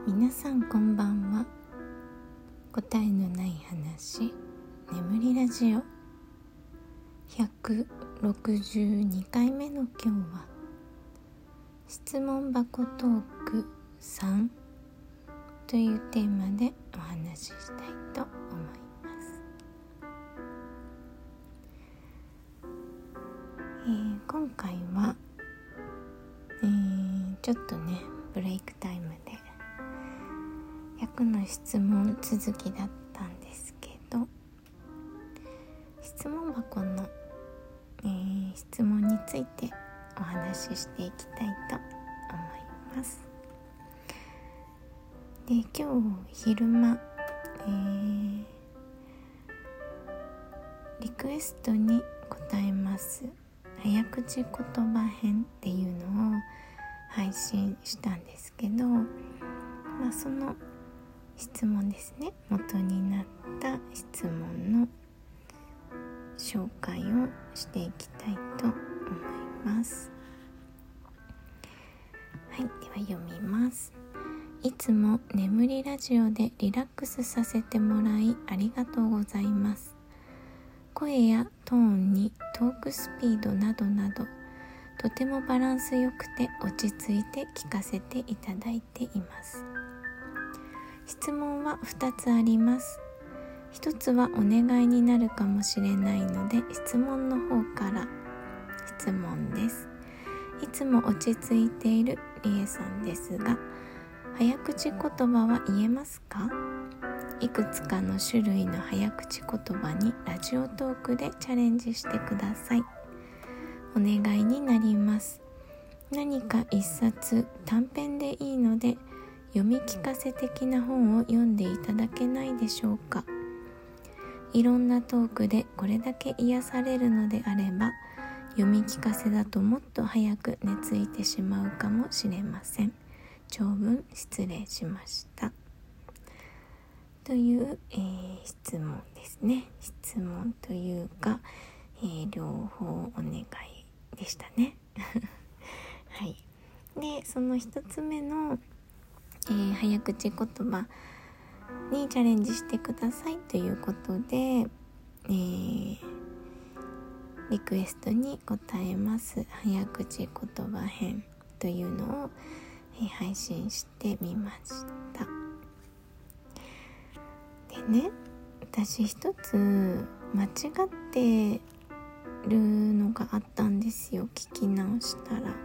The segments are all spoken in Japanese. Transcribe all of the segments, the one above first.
皆さんこんばんは。答えのない話、眠りラジオ162回目の今日は質問箱トーク3というテーマでお話ししたいと思います。今回は、ちょっとねブレイクタイムで100の質問続きだったんですけど、質問箱の、質問についてお話ししていきたいと思います。で、今日昼間、リクエストに答えます早口言葉編っていうのを配信したんですけど、その質問ですね、元になった質問の紹介をしていきたいと思います。はい、では読みます。いつも眠りラジオでリラックスさせてもらいありがとうございます。声やトーンにトークスピードなどなどとてもバランスよくて落ち着いて聞かせていただいています。質問は2つあります。1つはお願いになるかもしれないので質問の方から質問です。いつも落ち着いているりえさんですが、早口言葉は言えますか？いくつかの種類の早口言葉にラジオトークでチャレンジしてください。お願いになります。何か一冊短編でいいので読み聞かせ的な本を読んでいただけないでしょうか。いろんなトークでこれだけ癒されるのであれば、読み聞かせだともっと早く寝ついてしまうかもしれません。長文失礼しました。という、質問ですね。質問というか、両方お願いでしたね。はい。で、その一つ目の早口言葉にチャレンジしてくださいということで、リクエストに答えます早口言葉編というのを、配信してみました。でね、私一つ間違ってるのがあったんですよ。聞き直したら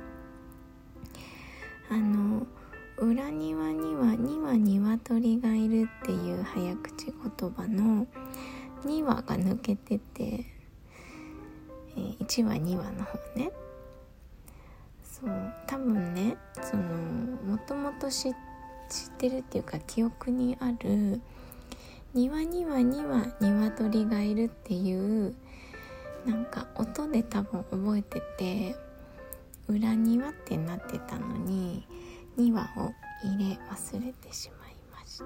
裏庭には2羽鶏がいるっていう早口言葉の2羽が抜けてて、1羽2羽の方ね。そう多分ね、もともと知ってるっていうか記憶にある庭には2羽鶏がいるっていうなんか音で多分覚えてて、裏庭ってなってたのに2羽を入れ忘れてしまいました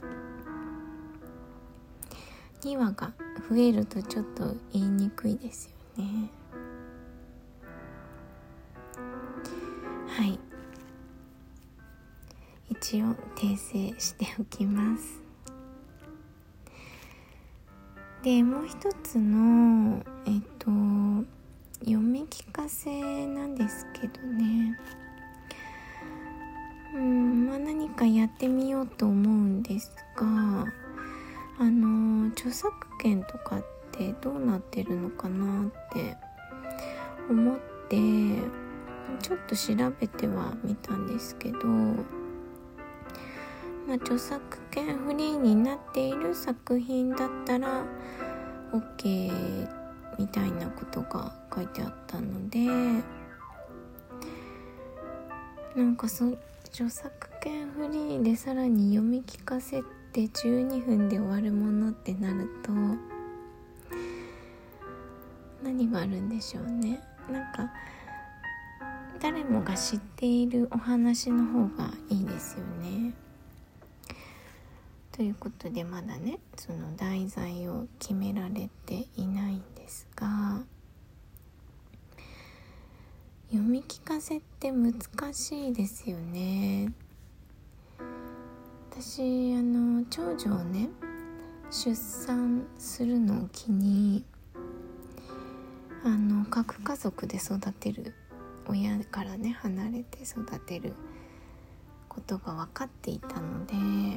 。2羽が増えるとちょっと言いにくいですよね。はい、一応訂正しておきます。で、もう一つの読み聞かせなんですけどね、何かやってみようと思うんですが、著作権とかってどうなってるのかなって思ってちょっと調べてはみたんですけど、著作権フリーになっている作品だったら OK みたいなことが書いてあったので、なんか著作権フリーでさらに読み聞かせて12分で終わるものってなると何があるんでしょうね。なんか誰もが知っているお話の方がいいですよね。ということでまだね、その題材を決められていないんですが、読み聞かせって難しいですよね。 私長女をね出産するのを機に核家族で育てる、親からね離れて育てることが分かっていたので、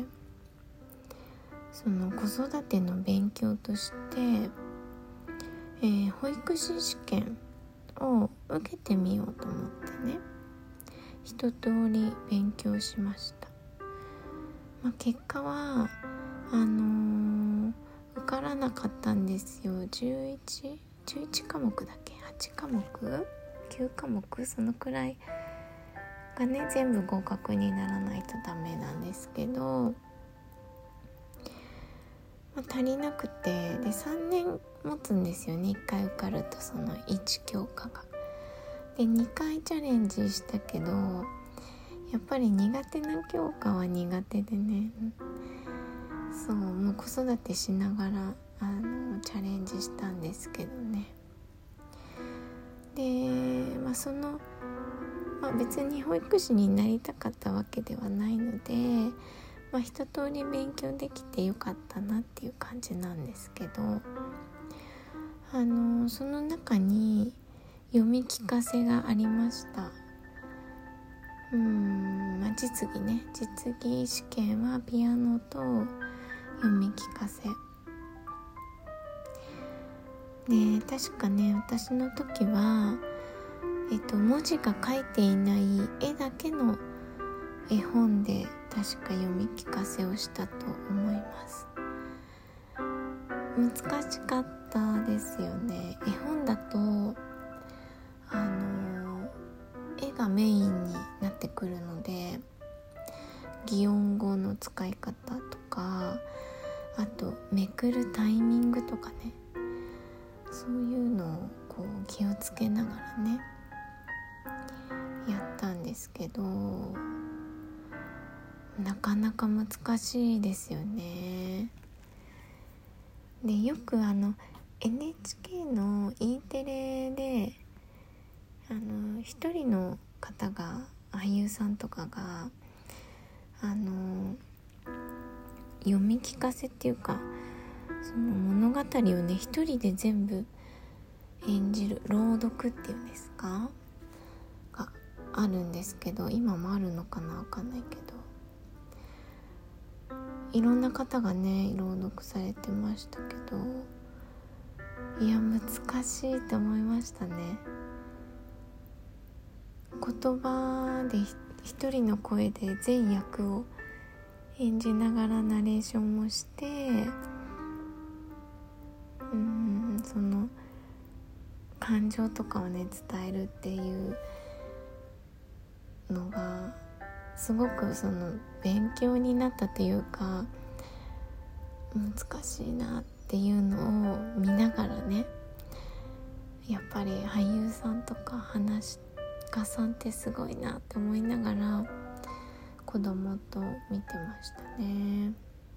その子育ての勉強として、保育士試験を受けてみようと思ってね、一通り勉強しました。結果は受からなかったんですよ。11科目だっけ、8科目9科目そのくらいがね全部合格にならないとダメなんですけど、足りなくて、で3年持つんですよね。1回受かるとその1教科が。で2回チャレンジしたけど、やっぱり苦手な教科は苦手でね、そうもう子育てしながらチャレンジしたんですけどね。で、別に保育士になりたかったわけではないので、一通り勉強できてよかったなっていう感じなんですけど、その中に読み聞かせがありました。実技試験はピアノと読み聞かせで、確かね私の時は、文字が書いていない絵だけの絵本で確か読み聞かせをしたと思います。難しかったですよね。絵本だと絵がメインになってくるので、擬音語の使い方とか、あとめくるタイミングとかね、そういうのを気をつけながらねやったんですけど、なかなか難しいですよね。でよくNHK の E テレで一人の方が、俳優さんとかが読み聞かせっていうか、その物語をね一人で全部演じる朗読っていうんですかがあるんですけど、今もあるのかな、わかんないけど、いろんな方がね朗読されてましたけど、いや難しいと思いましたね。言葉で一人の声で全役を演じながらナレーションもして、その感情とかをね伝えるっていうのがすごくその勉強になったというか、難しいなっていうのを見ながらね、やっぱり俳優さんとか話家さんってすごいなって思いながら子供と見てましたね。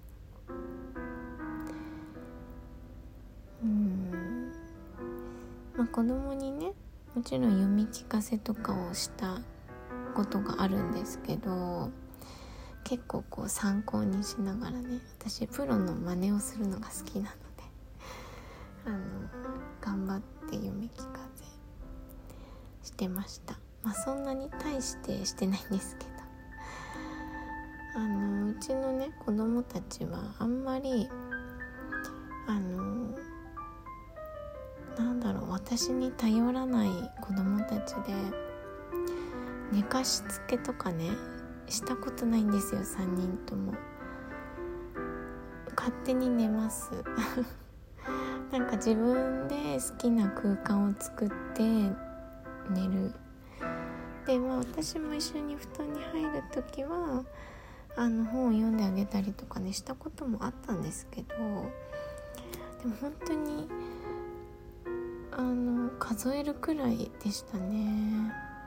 子供にねもちろん読み聞かせとかをしたことがあるんですけど、結構参考にしながらね、私プロの真似をするのが好きなので頑張って読み聞かせしてました。そんなに大してしてないんですけど、うちのね子供たちはあんまり私に頼らない子供たちで、寝かしつけとかねしたことないんですよ。3人とも勝手に寝ますなんか自分で好きな空間を作って寝る。で私も一緒に布団に入るときは本を読んであげたりとかねしたこともあったんですけど、でも本当に数えるくらいでしたね。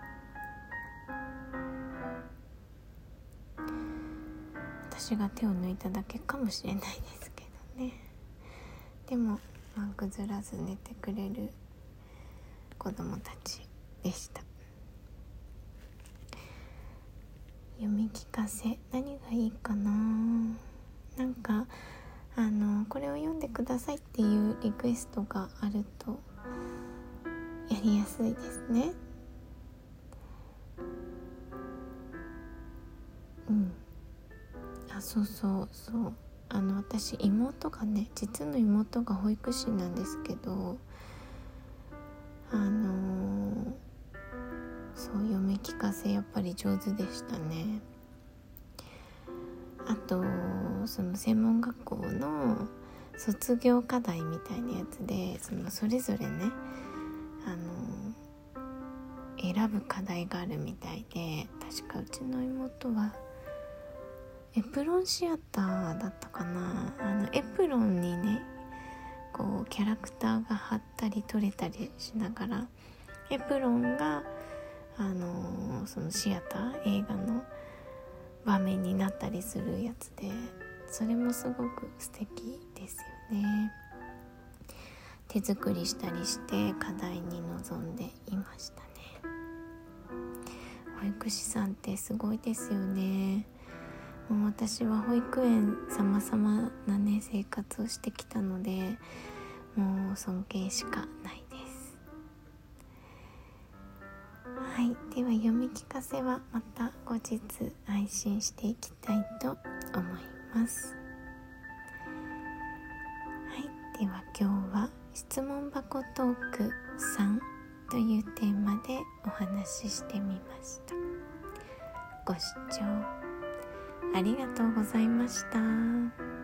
私が手を抜いただけかもしれないですけどね。でも崩らず寝てくれる子供たちでした。読み聞かせ何がいいかな。なんかこれを読んでくださいっていうリクエストがあるとやりやすいですね。そう私妹がね、実の妹が保育士なんですけど、読み聞かせやっぱり上手でしたね。あとその専門学校の卒業課題みたいなやつで、それぞれね選ぶ課題があるみたいで、確かうちの妹はエプロンシアターだったかな。エプロンにねこうキャラクターが貼ったり取れたりしながら、エプロンがそのシアター映画の場面になったりするやつで、それもすごく素敵ですよね。手作りしたりして課題に臨んでいましたね。保育士さんってすごいですよね。もう私は保育園様々なね生活をしてきたので、もう尊敬しかないです。はい、では読み聞かせはまた後日配信していきたいと思います。はい、では今日は質問箱トーク3というテーマでお話ししてみました。ご視聴ありがとうございました。